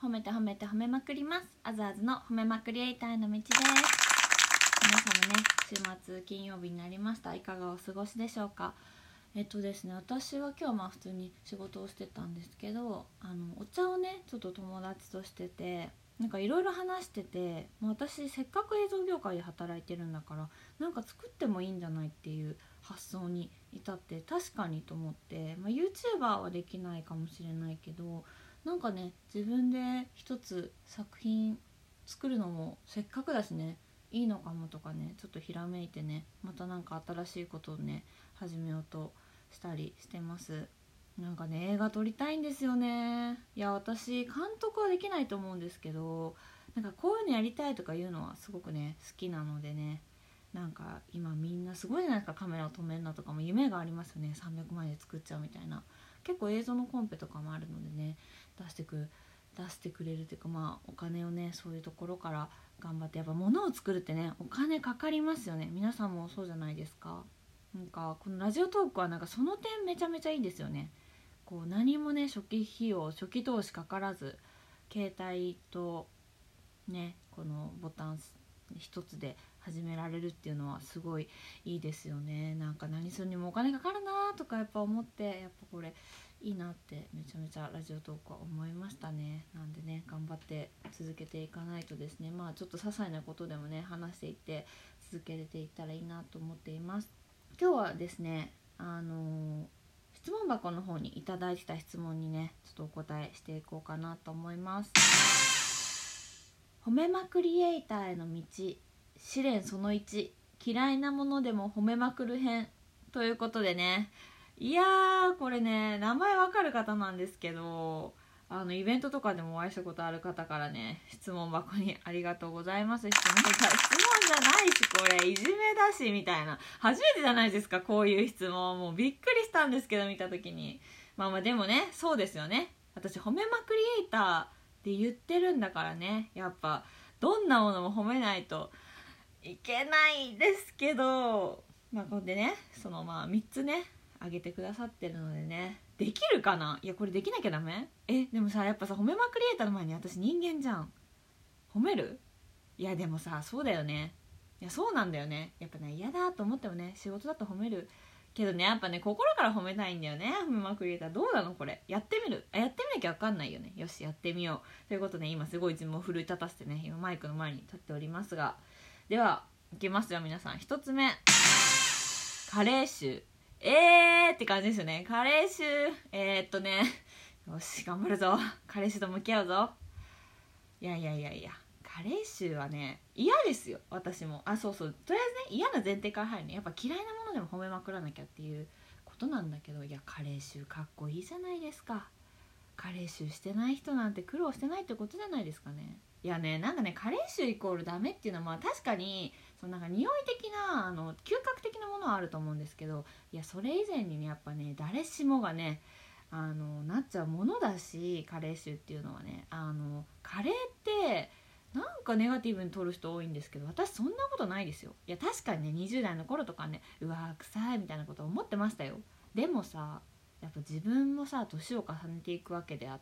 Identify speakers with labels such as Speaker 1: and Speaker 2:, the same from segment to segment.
Speaker 1: 褒めて褒めて褒めまくります。あずあずの褒めまくりエイターへの道です。皆さんもね、週末金曜日になりました。いかがお過ごしでしょうか。ですね、私は今日普通に仕事をしてたんですけど、お茶をねちょっと友達としてて、なんかいろいろ話してて、私せっかく映像業界で働いてるんだからなんか作ってもいいんじゃないっていう発想に至って、確かにと思って、YouTuber はできないかもしれないけど、なんかね自分で一つ作品作るのもせっかくだしね、いいのかもとかね、ちょっとひらめいてね、またなんか新しいことをね始めようとしたりしてます。なんかね映画撮りたいんですよね。いや私監督はできないと思うんですけど、なんかこういうのやりたいとかいうのはすごくね好きなのでね、なんか今みんなすごいじゃないですか、カメラを止めるのとかも夢がありますよね。300万円で作っちゃうみたいな、結構映像のコンペとかもあるのでね、出してくれるっていうか、お金をねそういうところから頑張って、やっぱ物を作るってねお金かかりますよね。皆さんもそうじゃないですか。なんかこのラジオトークはなんかその点めちゃめちゃいいんですよね。こう何もね初期投資かからず、携帯とねこのボタン一つで始められるっていうのはすごいいいですよね。なんか何するにもお金かかるなとかやっぱ思って、やっぱこれいいなってめちゃめちゃラジオトークは思いましたね。なんでね頑張って続けていかないとですね、ちょっと些細なことでもね話していって続けていったらいいなと思っています。今日はですね質問箱の方にいただいてた質問にねちょっとお答えしていこうかなと思います。褒めまくりエイターへの道、試練その1、嫌いなものでも褒めまくる編ということでね、いやーこれね名前わかる方なんですけど、イベントとかでもお会いしたことある方からね質問箱にありがとうございます。質問じゃないし、これいじめだしみたいな、初めてじゃないですかこういう質問。もうびっくりしたんですけど見た時に、でもねそうですよね、私褒めまくりエイターって言ってるんだからね、やっぱどんなものも褒めないといけないですけど、これでねその3つねあげてくださってるのでね、できるかな。いやこれできなきゃダメ。でもさやっぱさ褒めまくりエイターの前に私人間じゃん。褒める。いやでもさそうだよね。いやそうなんだよね。やっぱね嫌だと思ってもね仕事だと褒めるけどね、やっぱね心から褒めたいんだよね。褒めまくりエイターどうなのこれ。やってみる。やってみなきゃ分かんないよね。よしやってみようということで、今すごい自分を奮い立たせてね今マイクの前に立っておりますが、ではいきますよ皆さん。1つ目、加齢臭。って感じですよね。加齢臭。よし頑張るぞ、加齢臭と向き合うぞ。いや加齢臭はね嫌ですよ私も。そうとりあえずね嫌な前提から入るね。やっぱ嫌いなものでも褒めまくらなきゃっていうことなんだけど、いや加齢臭かっこいいじゃないですか。加齢臭してない人なんて苦労してないってことじゃないですかね。いやねなんかね加齢臭イコールダメっていうのは確かにそのなんか匂い的な嗅覚的なものはあると思うんですけど、いやそれ以前にねやっぱね誰しもがねなっちゃうものだし、加齢臭っていうのはね加齢ってなんかネガティブに取る人多いんですけど、私そんなことないですよ。いや確かにね20代の頃とかねうわー臭いみたいなこと思ってましたよ。でもさやっぱ自分もさ年を重ねていくわけであって、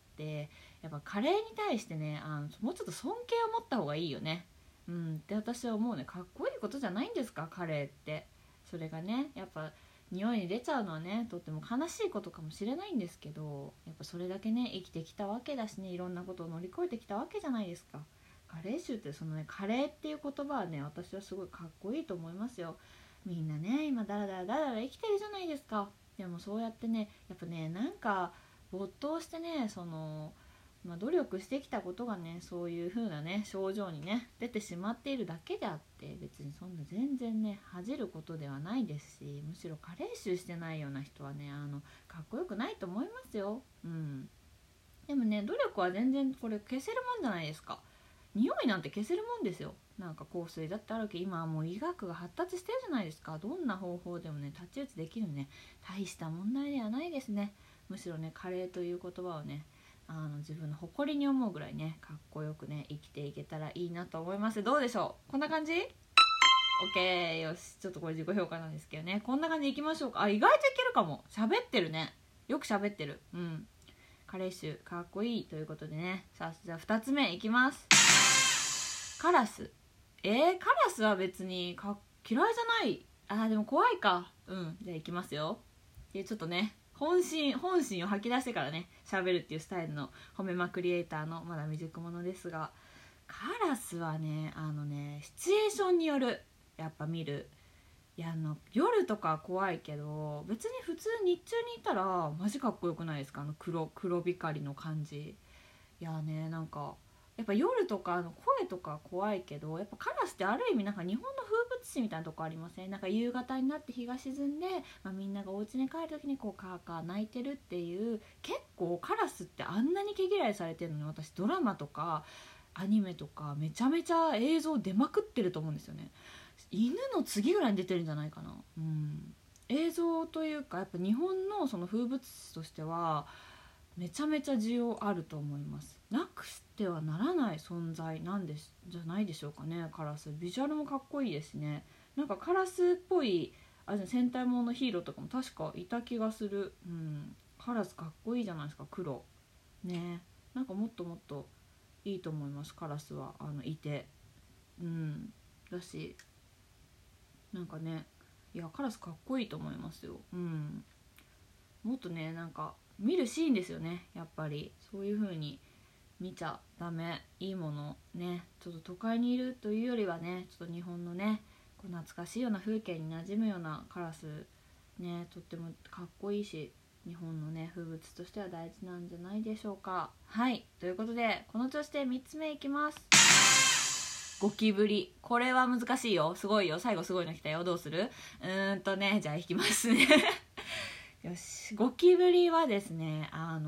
Speaker 1: やっぱ加齢に対してねもうちょっと尊敬を持った方がいいよね。って私は思うね。かっこいいことじゃないんですか加齢って。それがねやっぱ匂いに出ちゃうのはねとっても悲しいことかもしれないんですけど、やっぱそれだけね生きてきたわけだしね、いろんなことを乗り越えてきたわけじゃないですか。加齢臭ってそのね加齢っていう言葉はね私はすごいかっこいいと思いますよ。みんなね今ダラダラ生きてるじゃないですか。でもそうやってねやっぱねなんか没頭してね努力してきたことがねそういう風なね症状にね出てしまっているだけであって、別にそんな全然ね恥じることではないですし、むしろ加齢臭してないような人はねかっこよくないと思いますよ。でもね努力は全然これ消せるもんじゃないですか。匂いなんて消せるもんですよ。なんか香水だってあるけど、今はもう医学が発達してるじゃないですか。どんな方法でもね太刀打ちできるね、大した問題ではないですね。むしろね加齢という言葉をね自分の誇りに思うぐらいねかっこよくね生きていけたらいいなと思います。どうでしょう、こんな感じ？ OK よし、ちょっとこれ自己評価なんですけどね、こんな感じでいきましょうか。意外といけるかも。喋ってるね、よく喋ってる。加加齢臭かっこいいということでね。さあじゃあ2つ目いきます。カラス。カラスは別に嫌いじゃない。でも怖いか。じゃあいきますよ。でちょっとね本心を吐き出してからね喋るっていうスタイルの褒めまクリエイターのまだ未熟者ですが、カラスはねシチュエーションによるやっぱ見る。夜とか怖いけど別に普通日中にいたらマジかっこよくないですか？黒光りの感じ。なんかやっぱ夜とか声とか怖いけど、やっぱカラスってある意味なんか日本の風物詩みたいなとこありません？なんか夕方になって日が沈んで、みんながお家に帰る時にこうカーカー鳴いてるっていう、結構カラスってあんなに毛嫌いされてるのに、私ドラマとかアニメとかめちゃめちゃ映像出まくってると思うんですよね。犬の次ぐらいに出てるんじゃないかな。映像というかやっぱ日本のその風物詩としてはめちゃめちゃ需要あると思います。なくしてはならない存在なんじゃないでしょうかね。カラスビジュアルもかっこいいですね。なんかカラスっぽい戦隊もののヒーローとかも確かいた気がする。カラスかっこいいじゃないですか、黒ね。なんかもっともっといいと思います。カラスはいてだし、なんかね、カラスかっこいいと思いますよ。もっとねなんか見るシーンですよね。やっぱりそういう風に見ちゃダメ。いいものね、ちょっと都会にいるというよりはね、ちょっと日本のねこう懐かしいような風景に馴染むようなカラスね、とってもかっこいいし、日本のね風物詩としては大事なんじゃないでしょうか。はい、ということでこの調子で3つ目いきます。ゴキブリ。これは難しいよ。すごいよ。最後すごいの来たよ。どうする？じゃあいきますねよし、ゴキブリはですね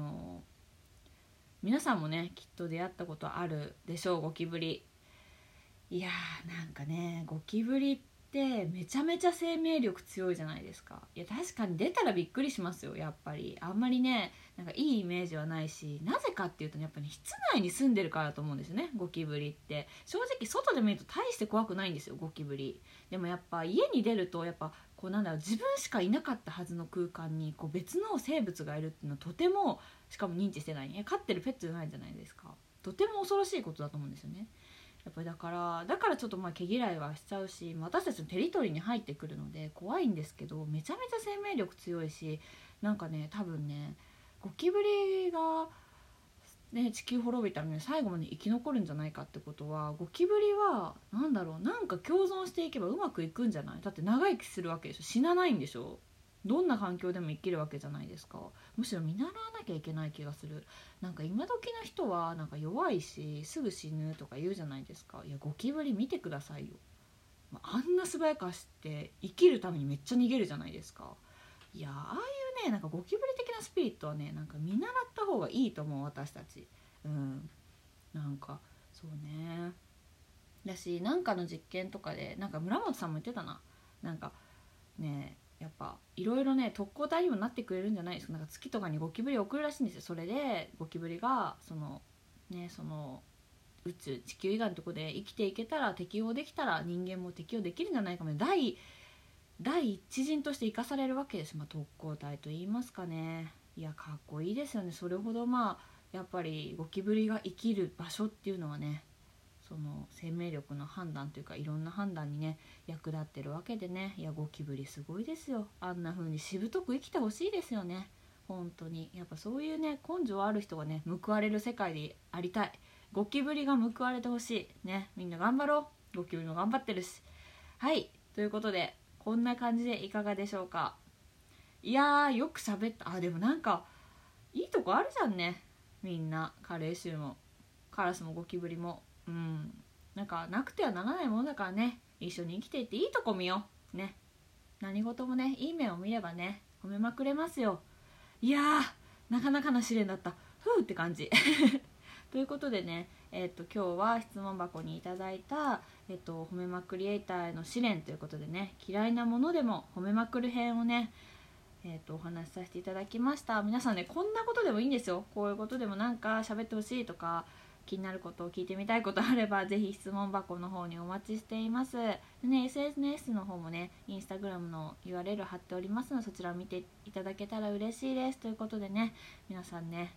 Speaker 1: 皆さんもねきっと出会ったことあるでしょう。ゴキブリ。なんかねゴキブリってめちゃめちゃ生命力強いじゃないですか。確かに出たらびっくりしますよ。やっぱりあんまりねなんかいいイメージはないし、なぜかっていうとねやっぱり、室内に住んでるからだと思うんですよね。ゴキブリって正直外で見ると大して怖くないんですよ、ゴキブリ。でもやっぱ家に出るとやっぱこう自分しかいなかったはずの空間にこう別の生物がいるっていうのはとても、しかも認知してない飼ってるペットじゃないじゃないですか。とても恐ろしいことだと思うんですよね。やっぱりだからちょっと毛嫌いはしちゃうし、私たちのテリトリーに入ってくるので怖いんですけど、めちゃめちゃ生命力強いし、なんかね多分ねゴキブリが地球滅びたらね最後まで生き残るんじゃないかってことは、ゴキブリはなんか共存していけばうまくいくんじゃない？だって長生きするわけでしょ。死なないんでしょ。どんな環境でも生きるわけじゃないですか。むしろ見習わなきゃいけない気がする。なんか今時の人はなんか弱いしすぐ死ぬとか言うじゃないですか。ゴキブリ見てくださいよ。あんな素早く走って生きるためにめっちゃ逃げるじゃないですか。ああいうねなんかゴキブリ的なスピリットはねなんか見習った方がいいと思う、私たち。なんかそうね。だしなんかの実験とかでなんか村本さんも言ってたな。なんかねやっぱいろいろね特攻隊にもなってくれるんじゃないですか。なんか月とかにゴキブリ送るらしいんですよ。それでゴキブリがその宇宙地球以外のところで生きていけたら、適応できたら人間も適応できるんじゃないかも。第一陣として生かされるわけです。特攻隊と言いますかね。かっこいいですよね。それほどやっぱりゴキブリが生きる場所っていうのはね、その生命力の判断というかいろんな判断にね役立ってるわけでね。ゴキブリすごいですよ。あんな風にしぶとく生きてほしいですよね。本当にやっぱそういうね根性ある人がね報われる世界でありたい。ゴキブリが報われてほしいね。みんな頑張ろう。ゴキブリも頑張ってるし。はい、ということでこんな感じでいかがでしょうか。よく喋った。でもなんかいいとこあるじゃんね。みんな加齢臭もカラスもゴキブリもなんかなくてはならないものだからね。一緒に生きていっていいとこ見ようね。何事もねいい面を見ればね褒めまくれますよ。なかなかの試練だった。ふうって感じということでね、今日は質問箱にいただいた、褒めまクリエイターへの試練ということでね、嫌いなものでも褒めまくる編をね、お話しさせていただきました。皆さんねこんなことでもいいんですよ。こういうことでもなんか喋ってほしいとか気になることを聞いてみたいことあればぜひ質問箱の方にお待ちしています。でね、SNS の方もねインスタグラムの URL 貼っておりますので、そちらを見ていただけたら嬉しいです。ということでね、皆さんね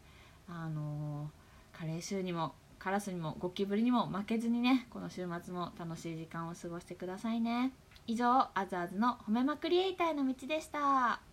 Speaker 1: 加齢臭にもカラスにもゴキブリにも負けずにね、この週末も楽しい時間を過ごしてくださいね。以上、あずあずの褒めまくりエイターへの道でした。